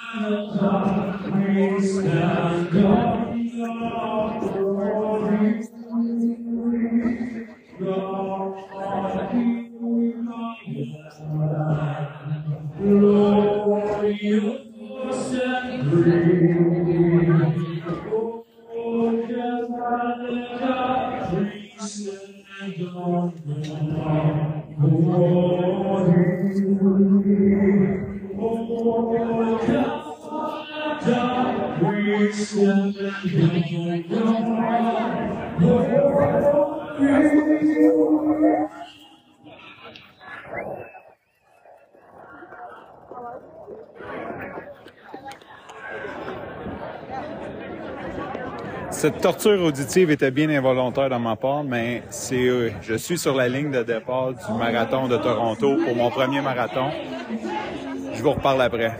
Cette torture auditive était bien involontaire de ma part, mais je suis sur la ligne de départ du marathon de Toronto pour mon premier marathon. Je vous reparle après.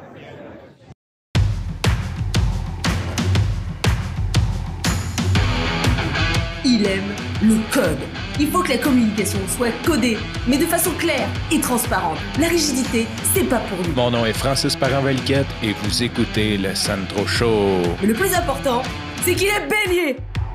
Il aime le code. Il faut que la communication soit codée, mais de façon claire et transparente. La rigidité, c'est pas pour nous. Mon nom est Francis Parent-Valquette et vous écoutez le Sandro Show. Mais le plus important, c'est qu'il est bélier.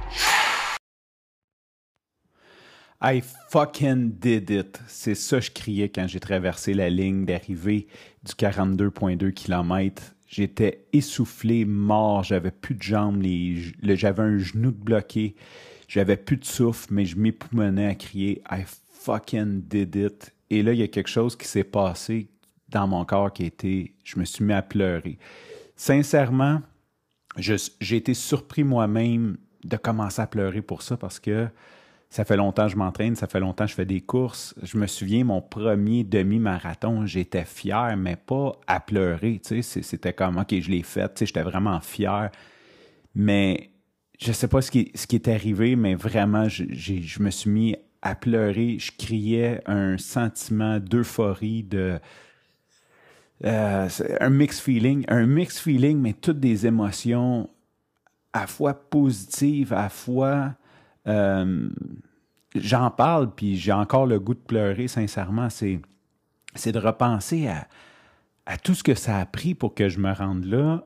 I fucking did it. C'est ça que je criais quand j'ai traversé la ligne d'arrivée du 42,2 km. J'étais essoufflé, mort, j'avais plus de jambes, j'avais un genou bloqué. J'avais plus de souffle, mais je m'époumonnais à crier « I fucking did it ». Et là, il y a quelque chose qui s'est passé dans mon corps qui a été... Je me suis mis à pleurer. Sincèrement, j'ai été surpris moi-même de commencer à pleurer pour ça parce que ça fait longtemps que je m'entraîne, ça fait longtemps que je fais des courses. Je me souviens, mon premier demi-marathon, j'étais fier, mais pas à pleurer. Tu sais, c'était comme « OK, je l'ai fait ». Tu sais, j'étais vraiment fier. Mais... je sais pas ce qui est arrivé, mais vraiment, je me suis mis à pleurer. Je criais un sentiment d'euphorie, un mixed feeling, mais toutes des émotions à la fois positives, à la fois... j'en parle, puis j'ai encore le goût de pleurer, sincèrement. C'est de repenser à tout ce que ça a pris pour que je me rende là.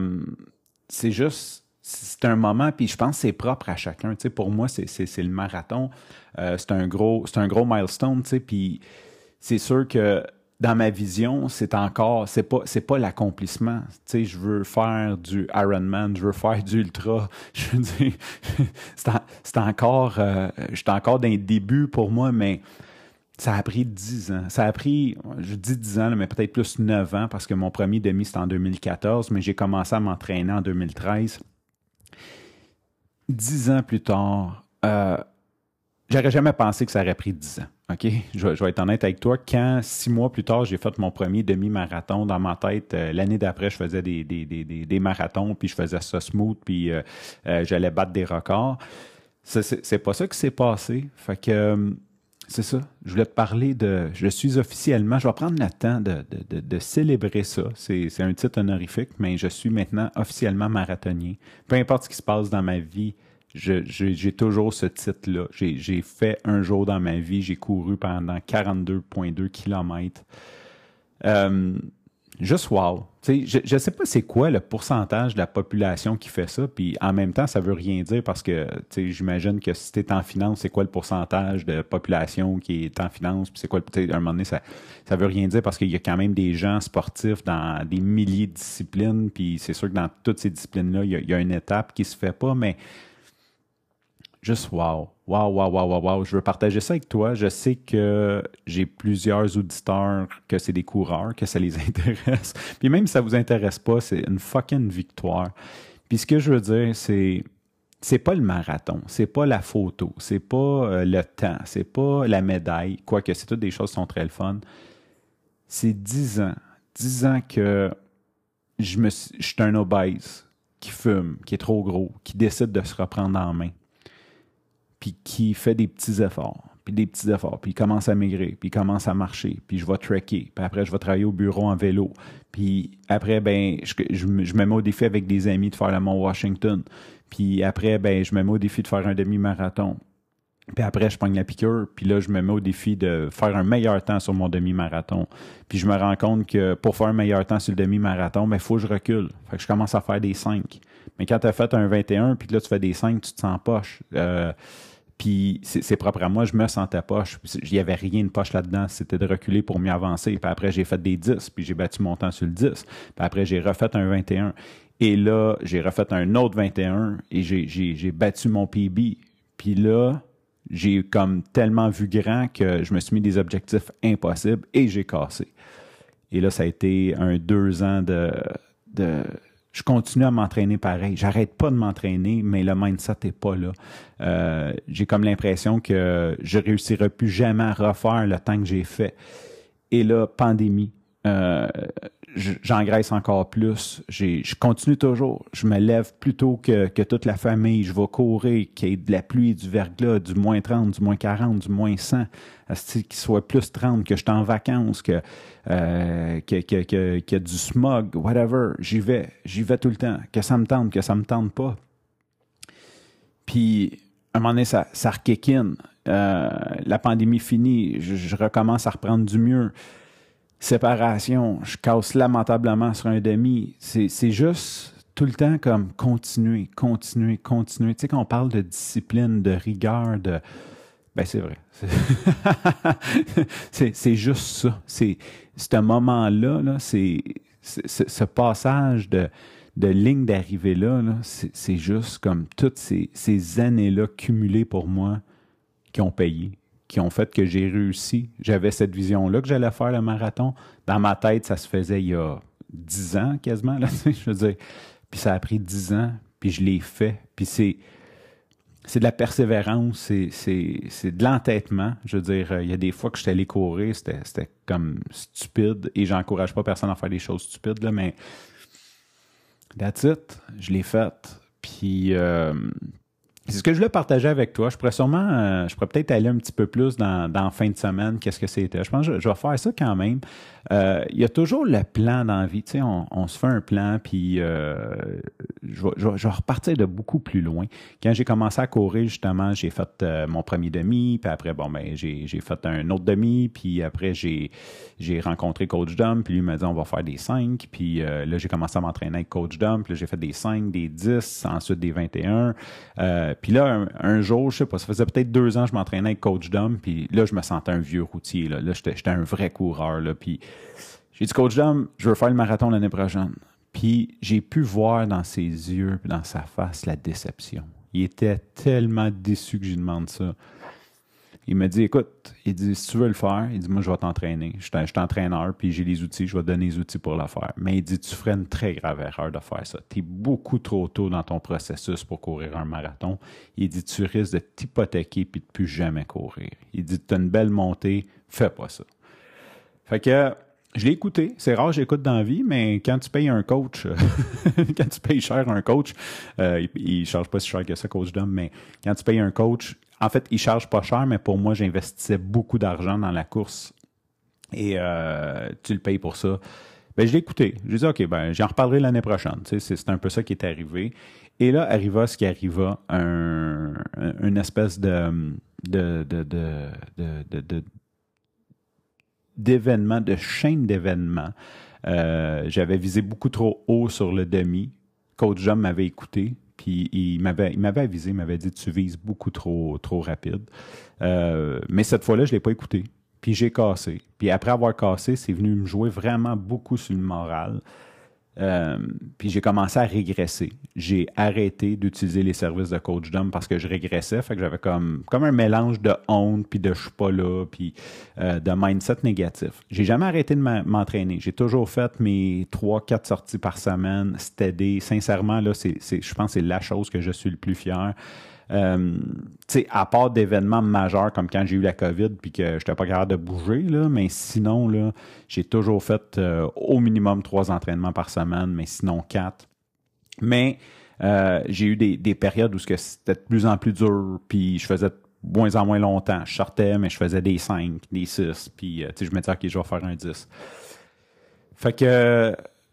C'est un moment, puis je pense que c'est propre à chacun. Tu sais, pour moi, c'est le marathon. C'est un gros milestone, tu sais, puis c'est sûr que dans ma vision, c'est pas l'accomplissement. Tu sais, je veux faire du Ironman, je veux faire du ultra. Je veux dire, c'est encore, je suis encore dans les débuts pour moi, mais ça a pris 10 ans. Ça a pris, je dis 10 ans, mais peut-être plus 9 ans, parce que mon premier demi, c'était en 2014, mais j'ai commencé à m'entraîner en 2013. 10 ans plus tard, j'aurais jamais pensé que ça aurait pris 10 ans. OK? Je vais être honnête avec toi. Quand 6 mois plus tard, j'ai fait mon premier demi-marathon dans ma tête, l'année d'après, je faisais des marathons, puis je faisais ça smooth, puis j'allais battre des records. C'est pas ça qui s'est passé. Fait que c'est ça. Je voulais te parler je suis officiellement... Je vais prendre le temps de célébrer ça. C'est un titre honorifique, mais je suis maintenant officiellement marathonien. Peu importe ce qui se passe dans ma vie, j'ai toujours ce titre-là. J'ai fait un jour dans ma vie, j'ai couru pendant 42,2 km. Juste wow. Tu sais, je ne sais pas c'est quoi le pourcentage de la population qui fait ça, puis en même temps, ça ne veut rien dire parce que tu sais, j'imagine que si tu es en finance, c'est quoi le pourcentage de population qui est en finance, puis c'est quoi, à un moment donné, ça ne veut rien dire parce qu'il y a quand même des gens sportifs dans des milliers de disciplines, puis c'est sûr que dans toutes ces disciplines-là, il y a une étape qui ne se fait pas, mais juste wow. Wow. Je veux partager ça avec toi. Je sais que j'ai plusieurs auditeurs que c'est des coureurs, que ça les intéresse. Puis même si ça vous intéresse pas, c'est une fucking victoire. Puis ce que je veux dire, c'est pas le marathon, c'est pas la photo, c'est pas le temps, c'est pas la médaille, quoique c'est toutes des choses qui sont très le fun. C'est 10 ans. 10 ans que je suis un obèse qui fume, qui est trop gros, qui décide de se reprendre en main, puis qui fait des petits efforts, puis il commence à maigrir, puis il commence à marcher, puis je vais trekker, puis après, je vais travailler au bureau en vélo, puis après, ben, je me mets au défi avec des amis de faire le Mont Washington, puis après, ben, je me mets au défi de faire un demi-marathon. Puis après, je pogne la piqûre, puis là, je me mets au défi de faire un meilleur temps sur mon demi-marathon. Puis je me rends compte que pour faire un meilleur temps sur le demi-marathon, il faut que je recule. Fait que je commence à faire des 5. Mais quand tu as fait un 21, puis là, tu fais des 5, tu te sens poche. Puis c'est propre à moi, je me sentais poche. Il n'y avait rien de poche là-dedans. C'était de reculer pour mieux avancer. Puis après, j'ai fait des 10, puis j'ai battu mon temps sur le 10. Puis après, j'ai refait un 21. Et là, j'ai refait un autre 21 et j'ai battu mon PB. Puis là, j'ai comme tellement vu grand que je me suis mis des objectifs impossibles et j'ai cassé. Et là, ça a été un 2 ans de je continue à m'entraîner pareil. J'arrête pas de m'entraîner, mais le mindset n'est pas là. J'ai comme l'impression que je réussirai plus jamais à refaire le temps que j'ai fait. Et là, pandémie. J'engraisse encore plus. Je continue toujours. Je me lève plus tôt que toute la famille. Je vais courir, qu'il y ait de la pluie, du verglas, du moins 30, du moins 40, du moins 100. Qu'il soit plus 30, que je suis en vacances, qu'il y a du smog, whatever. J'y vais tout le temps. Que ça me tente pas. Puis, à un moment donné, ça rekickine. La pandémie finie. Je recommence à reprendre du mieux. Séparation, je casse lamentablement sur un demi. C'est juste tout le temps comme continuer. Tu sais, quand on parle de discipline, de rigueur, ben c'est vrai. C'est juste ça. C'est ce moment-là, là, ce passage de ligne d'arrivée-là, c'est juste comme toutes ces années-là cumulées pour moi qui ont payé, qui ont fait que j'ai réussi. J'avais cette vision-là que j'allais faire le marathon. Dans ma tête, ça se faisait il y a 10 ans quasiment, là, je veux dire. Puis ça a pris 10 ans, puis je l'ai fait. Puis c'est de la persévérance, c'est de l'entêtement. Je veux dire, il y a des fois que je suis allé courir, c'était comme stupide, et j'encourage pas personne à faire des choses stupides, là, mais that's it, je l'ai fait. Puis c'est ce que je voulais partager avec toi. Je pourrais peut-être aller un petit peu plus dans fin de semaine, qu'est-ce que c'était. Je pense que je vais faire ça quand même. Il y a toujours le plan dans la vie. Tu sais, on se fait un plan, puis je vais repartir de beaucoup plus loin. Quand j'ai commencé à courir, justement, j'ai fait mon premier demi, puis après, j'ai fait un autre demi, puis après, j'ai rencontré Coach Dom, puis lui m'a dit, on va faire des 5, puis là, j'ai commencé à m'entraîner avec Coach Dom, puis là, j'ai fait des 5, des 10, ensuite des 21. Puis là, un jour, je sais pas, ça faisait peut-être 2 ans que je m'entraînais avec Coach Dom, puis là, je me sentais un vieux routier, là j'étais un vrai coureur, là, puis j'ai dit, Coach Dom, je veux faire le marathon l'année prochaine. Puis j'ai pu voir dans ses yeux, puis dans sa face, la déception. Il était tellement déçu que je lui demande ça. Il m'a dit, écoute, il dit, si tu veux le faire, il dit, moi, je vais t'entraîner. Je suis entraîneur, puis j'ai les outils, je vais te donner les outils pour le faire. Mais il dit, tu ferais une très grave erreur de faire ça. Tu es beaucoup trop tôt dans ton processus pour courir un marathon. Il dit, tu risques de t'hypothéquer puis de plus jamais courir. Il dit, tu as une belle montée, fais pas ça. Fait que je l'ai écouté. C'est rare que j'écoute dans la vie, mais quand tu payes un coach, quand tu payes cher un coach, il ne charge pas si cher que ça, Coach Dom, mais quand tu payes un coach, en fait, il ne charge pas cher, mais pour moi, j'investissais beaucoup d'argent dans la course et tu le payes pour ça. Ben, je l'ai écouté. J'ai dit, OK, j'en reparlerai l'année prochaine. Tu sais, c'est un peu ça qui est arrivé. Et là, arriva ce qui arriva, une espèce d'événements, de chaîne d'événements. J'avais visé beaucoup trop haut sur le demi. Coach Jam m'avait écouté, puis il m'avait avisé, il m'avait dit tu vises beaucoup trop rapide. Mais cette fois-là, je ne l'ai pas écouté. Puis j'ai cassé. Puis après avoir cassé, c'est venu me jouer vraiment beaucoup sur le moral. Puis j'ai commencé à régresser. J'ai arrêté d'utiliser les services de Coach Dom parce que je régressais. Fait que j'avais comme un mélange de honte, puis de je suis pas là, puis de mindset négatif. J'ai jamais arrêté de m'entraîner. J'ai toujours fait mes 3-4 sorties par semaine. C'était sincèrement, là, je pense que c'est la chose que je suis le plus fier. À part d'événements majeurs comme quand j'ai eu la COVID puis que je n'étais pas capable de bouger, là, mais sinon, là, j'ai toujours fait au minimum 3 entraînements par semaine, mais sinon 4. Mais j'ai eu des périodes où c'était de plus en plus dur, puis je faisais de moins en moins longtemps. Je sortais, mais je faisais des 5, des 6, puis je me disais, OK, je vais faire un 10. Fait que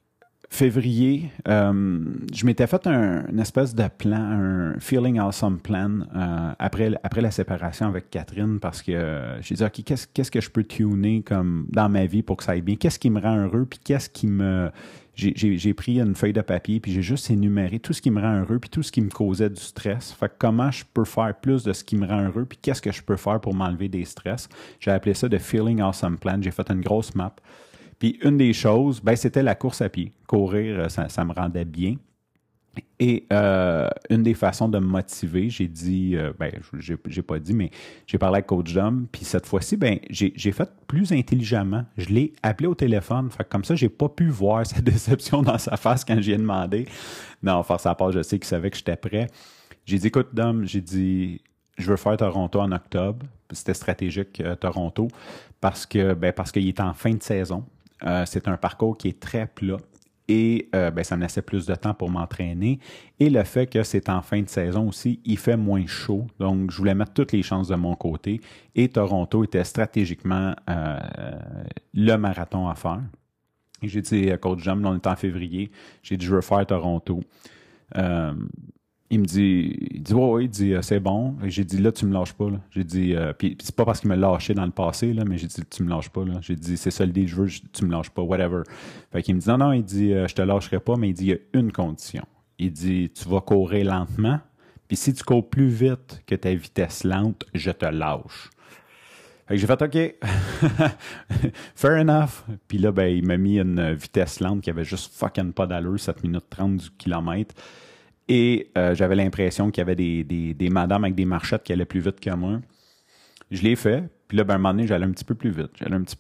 février, je m'étais fait une espèce de plan, un feeling awesome plan après la séparation avec Catherine parce que j'ai dit, OK, qu'est-ce que je peux tuner comme dans ma vie pour que ça aille bien? Qu'est-ce qui me rend heureux? Puis qu'est-ce qui me... J'ai pris une feuille de papier puis j'ai juste énuméré tout ce qui me rend heureux puis tout ce qui me causait du stress. Fait que comment je peux faire plus de ce qui me rend heureux puis qu'est-ce que je peux faire pour m'enlever des stress? J'ai appelé ça de Feeling Awesome Plan. J'ai fait une grosse map. Puis une des choses, c'était la course à pied. Courir, ça me rendait bien. Et une des façons de me motiver, j'ai dit, j'ai pas dit, mais j'ai parlé avec Coach Dom. Puis cette fois-ci, j'ai fait plus intelligemment. Je l'ai appelé au téléphone. Fait que comme ça, j'ai pas pu voir sa déception dans sa face quand j'y ai demandé. Non, force à part, je sais qu'il savait que j'étais prêt. J'ai dit, écoute, Dom, j'ai dit, je veux faire Toronto en octobre. C'était stratégique, Toronto, parce qu'il est en fin de saison. C'est un parcours qui est très plat et ça me laissait plus de temps pour m'entraîner. Et le fait que c'est en fin de saison aussi, il fait moins chaud. Donc, je voulais mettre toutes les chances de mon côté. Et Toronto était stratégiquement le marathon à faire. Et j'ai dit, Coach Jam, on est en février. J'ai dit, je veux faire Toronto. Il me dit, ouais, il dit, c'est bon. Et j'ai dit, là, tu me lâches pas, là. J'ai dit, puis c'est pas parce qu'il me lâchait dans le passé, là, mais j'ai dit, tu me lâches pas, là. J'ai dit, c'est ça le deal, je veux, tu me lâches pas, whatever. Fait qu'il me dit, non, il dit, je te lâcherai pas, mais il dit, il y a une condition. Il dit, tu vas courir lentement, puis si tu cours plus vite que ta vitesse lente, je te lâche. Fait que j'ai fait, OK, fair enough. Puis là, il m'a mis une vitesse lente qui avait juste fucking pas d'allure, 7 minutes 30 du kilomètre. Et j'avais l'impression qu'il y avait des madames avec des marchettes qui allaient plus vite que moi. Je l'ai fait. Puis là, un moment donné, j'allais un petit peu plus vite.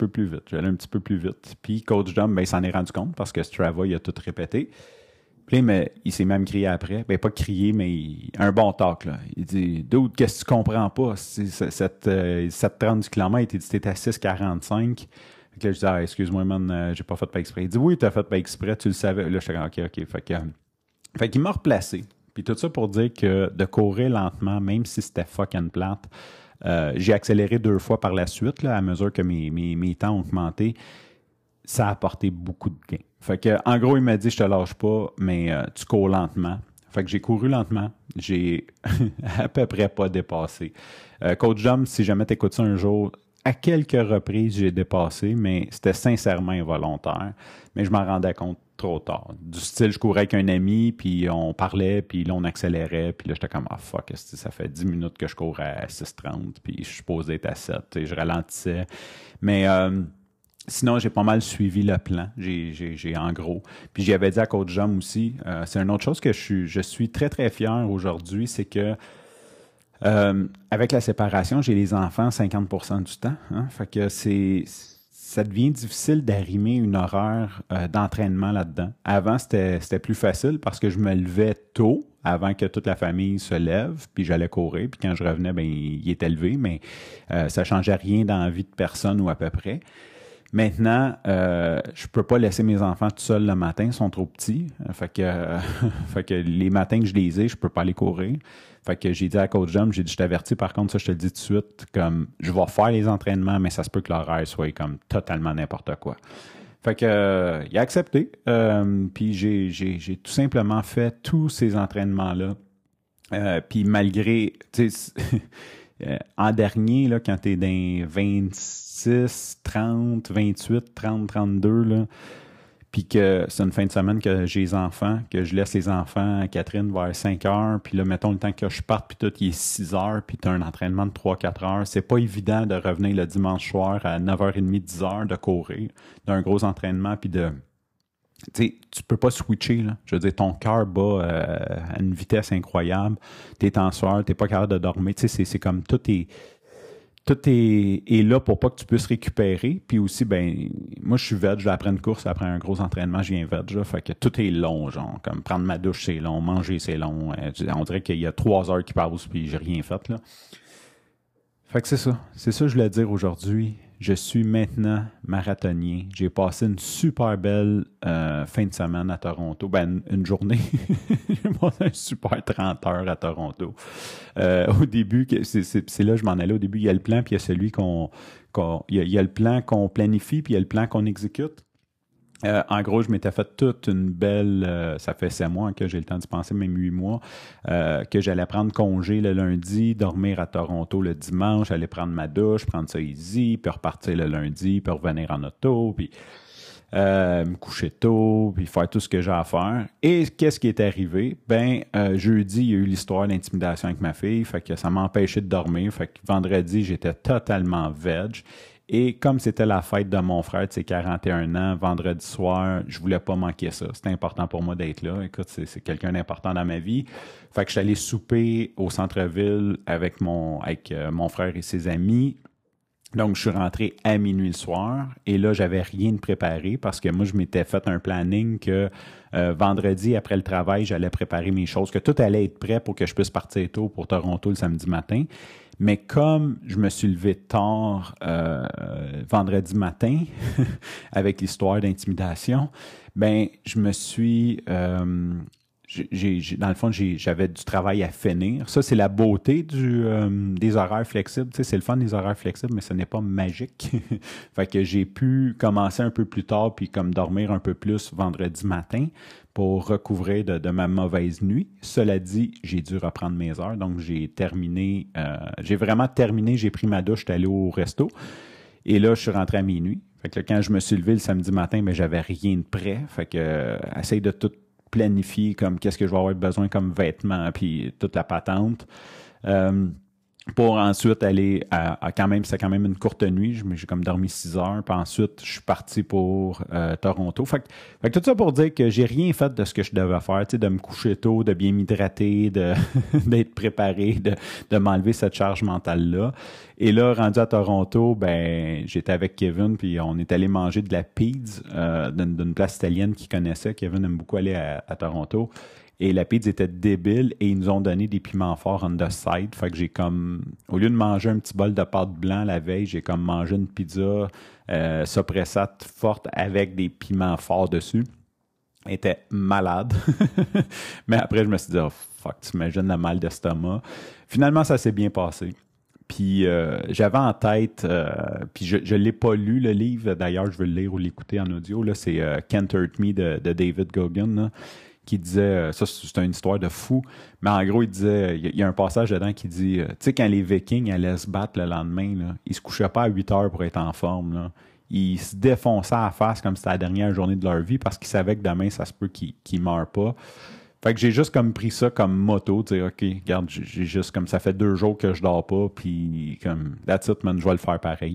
Puis Coach Dom, il s'en est rendu compte parce que Strava, il a tout répété. Puis là, il s'est même crié après. Pas crié, mais un bon talk, là. Il dit, Dude, qu'est-ce que tu comprends pas? Cette 30 km, il dit, t'es à 6,45. Fait que là, je dis, excuse-moi, man, j'ai pas fait pas exprès. Il dit, oui, t'as fait pas exprès, tu le savais. Là, j'étais comme, OK. Fait qu'il m'a replacé. Puis tout ça pour dire que de courir lentement, même si c'était fucking plate, j'ai accéléré 2 fois par la suite, là, à mesure que mes temps ont augmenté. Ça a apporté beaucoup de gains. Fait que, en gros, il m'a dit, je te lâche pas, mais tu cours lentement. Fait que j'ai couru lentement. J'ai à peu près pas dépassé. Coach Jump, si jamais tu écoutes ça un jour, à quelques reprises, j'ai dépassé, mais c'était sincèrement involontaire. Mais je m'en rendais compte trop tard. Du style, je courais avec un ami, puis on parlait, puis là, on accélérait, puis là, j'étais comme, fuck, ça fait 10 minutes que je cours à 6,30, puis je suis supposé être à 7, et je ralentissais. Mais sinon, j'ai pas mal suivi le plan, j'ai en gros. Puis j'y avais dit à Coach Jam aussi, c'est une autre chose que je suis très, très fier aujourd'hui, c'est que avec la séparation, j'ai les enfants 50% du temps. Hein? Fait que ça devient difficile d'arrimer une horaire d'entraînement là-dedans. Avant, c'était plus facile parce que je me levais tôt avant que toute la famille se lève, puis j'allais courir, puis quand je revenais, il était levé, mais ça changeait rien dans la vie de personne ou à peu près. Maintenant, je peux pas laisser mes enfants tout seuls le matin, ils sont trop petits. Fait que les matins que je les ai, je peux pas aller courir. Fait que j'ai dit à Coach Jump, j'ai dit, je t'avertis, par contre, ça, je te le dis tout de suite, comme, je vais faire les entraînements, mais ça se peut que l'horaire soit comme totalement n'importe quoi. Fait que, il a accepté. Puis j'ai tout simplement fait tous ces entraînements-là. Puis malgré, tu sais, en dernier, là, quand t'es dans 26, 30, 28, 30, 32, là, puis que c'est une fin de semaine que j'ai les enfants, que je laisse les enfants à Catherine vers 5 heures, puis là, mettons le temps que je parte, puis tout, il est 6 heures, puis tu as un entraînement de 3-4 heures. C'est pas évident de revenir le dimanche soir à 9h30, 10 heures, de courir, d'un gros entraînement, puis de... Tu sais, tu peux pas switcher, là. Je veux dire, ton cœur bat à une vitesse incroyable, t'es en sueur, t'es pas capable de dormir. Tu sais, c'est comme tout est là pour pas que tu puisses récupérer. Puis aussi, moi, je suis veg, après une course, après un gros entraînement, je viens veg, là. Fait que tout est long, genre, comme prendre ma douche, c'est long, manger, c'est long. On dirait qu'il y a 3 heures qui passent, puis j'ai rien fait, là. Fait que c'est ça. C'est ça que je voulais dire aujourd'hui. Je suis maintenant marathonien. J'ai passé une super belle fin de semaine à Toronto. Une journée. J'ai passé un super 30 heures à Toronto. Au début, c'est là que je m'en allais. Au début, il y a le plan, puis il y a celui il y a le plan qu'on planifie, puis il y a le plan qu'on exécute. En gros, je m'étais fait toute une belle... ça fait 7 mois que j'ai le temps d'y penser, même 8 mois, que j'allais prendre congé le lundi, dormir à Toronto le dimanche, aller prendre ma douche, prendre ça easy, puis repartir le lundi, puis revenir en auto, puis me coucher tôt, puis faire tout ce que j'ai à faire. Et qu'est-ce qui est arrivé? Jeudi, il y a eu l'histoire d'intimidation avec ma fille, fait que ça m'a empêché de dormir, fait que vendredi, j'étais totalement veg. Et comme c'était la fête de mon frère de ses 41 ans, vendredi soir, je voulais pas manquer ça. C'était important pour moi d'être là. Écoute, c'est quelqu'un d'important dans ma vie. Fait que je suis allé souper au centre-ville avec mon frère et ses amis. Donc, je suis rentré à minuit le soir et là, j'avais rien de préparé parce que moi, je m'étais fait un planning que vendredi, après le travail, j'allais préparer mes choses, que tout allait être prêt pour que je puisse partir tôt pour Toronto le samedi matin. Mais comme je me suis levé tard vendredi matin avec l'histoire d'intimidation, je me suis... dans le fond, j'avais du travail à finir. Ça, c'est la beauté des horaires flexibles. Tu sais, c'est le fun des horaires flexibles, mais ce n'est pas magique. Fait que j'ai pu commencer un peu plus tard puis comme dormir un peu plus vendredi matin pour recouvrir de ma mauvaise nuit. Cela dit, j'ai dû reprendre mes heures. Donc, j'ai vraiment terminé. J'ai pris ma douche, j'étais allé au resto. Et là, je suis rentré à minuit. Fait que là, quand je me suis levé le samedi matin, j'avais rien de prêt. Fait que essaye de tout planifier comme qu'est-ce que je vais avoir besoin comme vêtements puis toute la patente pour ensuite aller c'était quand même une courte nuit, j'ai comme dormi 6 heures puis ensuite je suis parti pour Toronto. Fait que tout ça pour dire que j'ai rien fait de ce que je devais faire, tu sais, de me coucher tôt, de bien m'hydrater, d'être préparé, de m'enlever cette charge mentale-là. Et là, rendu à Toronto, j'étais avec Kevin, puis on est allé manger de la pizza d'une place italienne qu'il connaissait. Kevin aime beaucoup aller à Toronto. Et la pizza était débile et ils nous ont donné des piments forts on the side. Fait que j'ai comme, au lieu de manger un petit bol de pâte blanc la veille, j'ai comme mangé une pizza sopressate forte avec des piments forts dessus. Elle était malade. Mais après, je me suis dit, oh fuck, t'imagines le mal d'estomac. Finalement, ça s'est bien passé. Puis j'avais en tête, puis je l'ai pas lu le livre, d'ailleurs je veux le lire ou l'écouter en audio, là, c'est Can't Hurt Me de David Goggin, là, qui disait, ça c'est une histoire de fou, mais en gros il disait, il y a un passage dedans qui dit, tu sais quand les Vikings allaient se battre le lendemain, là, ils se couchaient pas à 8 heures pour être en forme, là. Ils se défonçaient à la face comme si c'était la dernière journée de leur vie parce qu'ils savaient que demain ça se peut qu'ils meurent pas. Fait que j'ai juste comme pris ça comme moto, tu sais, OK, regarde, j'ai juste comme ça fait 2 jours que je dors pas, puis comme, that's it, man, je vais le faire pareil.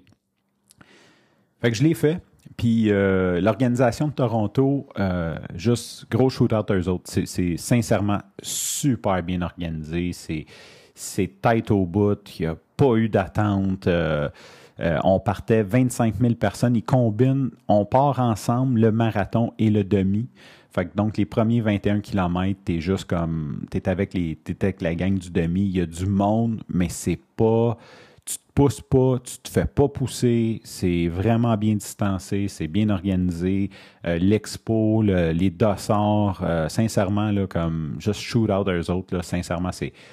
Fait que je l'ai fait, puis l'organisation de Toronto, juste gros shoot-out eux autres, c'est sincèrement super bien organisé, c'est tête au bout, il n'y a pas eu d'attente, on partait 25 000 personnes, ils combinent, on part ensemble le marathon et le demi. Fait que donc, les premiers 21 km, t'es juste comme, t'es avec la gang du demi, il y a du monde, mais c'est pas, tu te pousses pas, tu te fais pas pousser, c'est vraiment bien distancé, c'est bien organisé. L'expo, les dossards, sincèrement, là, comme, just shoot out eux autres, là, sincèrement,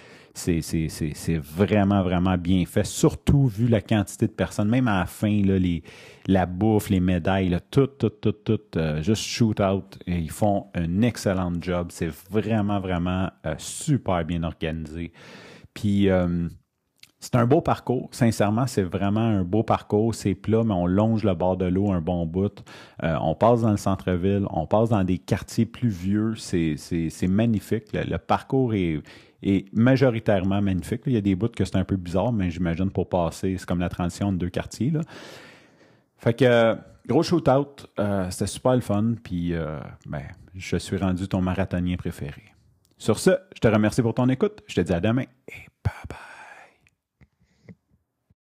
c'est vraiment, vraiment bien fait, surtout vu la quantité de personnes, même à la fin, là, la bouffe, les médailles, là, tout, juste shoot out. Et ils font un excellent job. C'est vraiment, vraiment super bien organisé. Puis, c'est un beau parcours. Sincèrement, c'est vraiment un beau parcours. C'est plat, mais on longe le bord de l'eau un bon bout. On passe dans le centre-ville, on passe dans des quartiers plus vieux. C'est magnifique. Le parcours est majoritairement magnifique. Il y a des bouts que c'est un peu bizarre, mais j'imagine pour passer, c'est comme la transition de 2 quartiers, là. Fait que, gros shoot-out, c'était super le fun, puis je suis rendu ton marathonien préféré. Sur ce, je te remercie pour ton écoute. Je te dis à demain et bye bye.